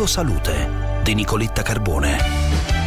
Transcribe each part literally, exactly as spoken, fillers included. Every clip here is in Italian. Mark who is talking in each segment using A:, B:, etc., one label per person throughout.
A: Obiettivo Salute di Nicoletta Carbone.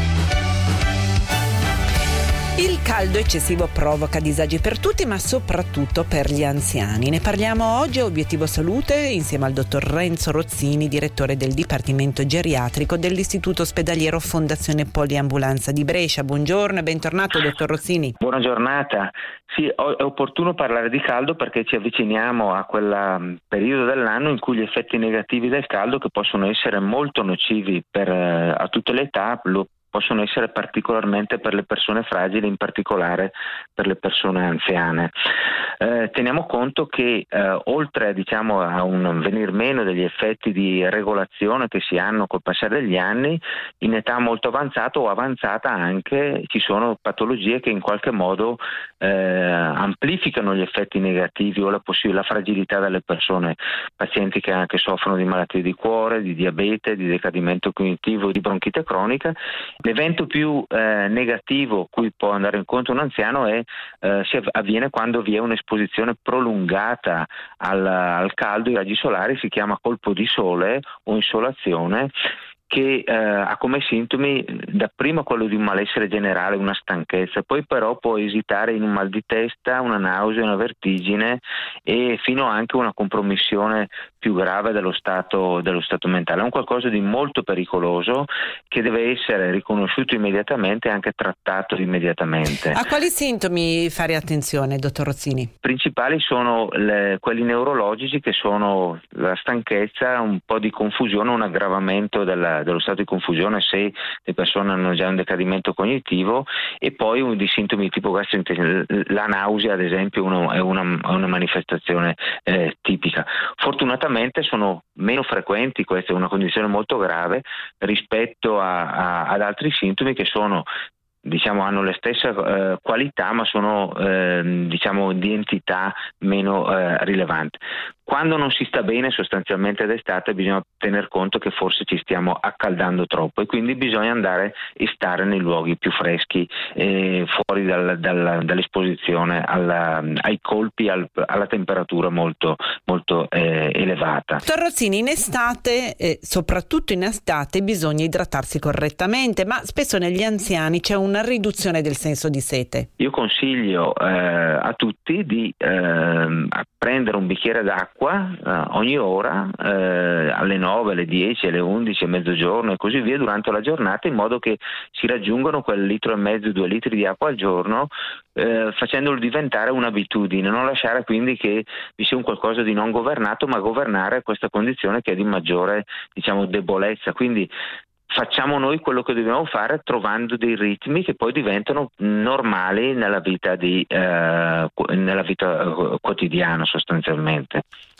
B: Il caldo eccessivo provoca disagi per tutti, ma soprattutto per gli anziani. Ne parliamo oggi a Obiettivo Salute insieme al dottor Renzo Rozzini, direttore del Dipartimento Geriatrico dell'Istituto Ospedaliero Fondazione Poliambulanza di Brescia. Buongiorno e bentornato, dottor Rozzini.
C: Buona giornata. Sì, è opportuno parlare di caldo perché ci avviciniamo a quel periodo dell'anno in cui gli effetti negativi del caldo, che possono essere molto nocivi per, a tutte le età, lo possono essere particolarmente per le persone fragili, in particolare per le persone anziane. Eh, teniamo conto che eh, oltre diciamo, a un venir meno degli effetti di regolazione che si hanno col passare degli anni, in età molto avanzata o avanzata anche ci sono patologie che in qualche modo eh, amplificano gli effetti negativi o la, poss- la fragilità delle persone, pazienti che anche soffrono di malattie di cuore, di diabete, di decadimento cognitivo, di bronchite cronica. L'evento più eh, negativo cui può andare incontro un anziano è, eh, si avviene quando vi è un'esposizione prolungata al, al caldo, ai raggi solari, si chiama colpo di sole o insolazione, che eh, ha come sintomi dapprima quello di un malessere generale, una stanchezza, poi però può esitare in un mal di testa, una nausea, una vertigine e fino anche una compromissione più grave dello stato, dello stato mentale. È un qualcosa di molto pericoloso che deve essere riconosciuto immediatamente e anche trattato immediatamente.
B: A quali sintomi fare attenzione, dottor Rozzini?
C: I principali sono le, quelli neurologici, che sono la stanchezza, un po' di confusione, un aggravamento della dello stato di confusione se le persone hanno già un decadimento cognitivo, e poi un, di sintomi tipo gastrointestinale. La nausea, ad esempio, uno, è, una, è una manifestazione eh, tipica. Fortunatamente sono meno frequenti, questa è una condizione molto grave rispetto a, a, ad altri sintomi che sono diciamo hanno la stessa eh, qualità, ma sono eh, diciamo di entità meno eh, rilevante. Quando non si sta bene, sostanzialmente d'estate, bisogna tener conto che forse ci stiamo accaldando troppo e quindi bisogna andare e stare nei luoghi più freschi, eh, fuori dal, dal, dall'esposizione alla, ai colpi, al, alla temperatura molto, molto eh, elevata.
B: Dottor Rozzini, in estate, eh, soprattutto in estate, bisogna idratarsi correttamente, ma spesso negli anziani c'è una riduzione del senso di sete.
C: Io consiglio eh, a tutti di eh, prendere un bicchiere d'acqua Uh, ogni ora, uh, alle nove, alle dieci, alle undici, a mezzogiorno e così via durante la giornata, in modo che si raggiungano quel litro e mezzo, due litri di acqua al giorno, uh, facendolo diventare un'abitudine, non lasciare quindi che vi sia un qualcosa di non governato, ma governare questa condizione che è di maggiore, diciamo, debolezza. Quindi facciamo noi quello che dobbiamo fare, trovando dei ritmi che poi diventano normali nella vita di eh, nella vita quotidiana sostanzialmente.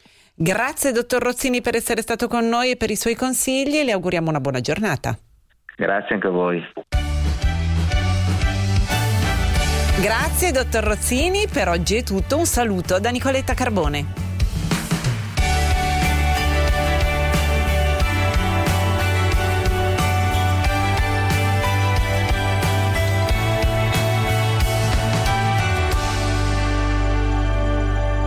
B: Grazie dottor Rozzini per essere stato con noi e per i suoi consigli, e le auguriamo una buona giornata.
C: Grazie anche a voi.
B: Grazie dottor Rozzini, per oggi è tutto, un saluto da Nicoletta Carbone.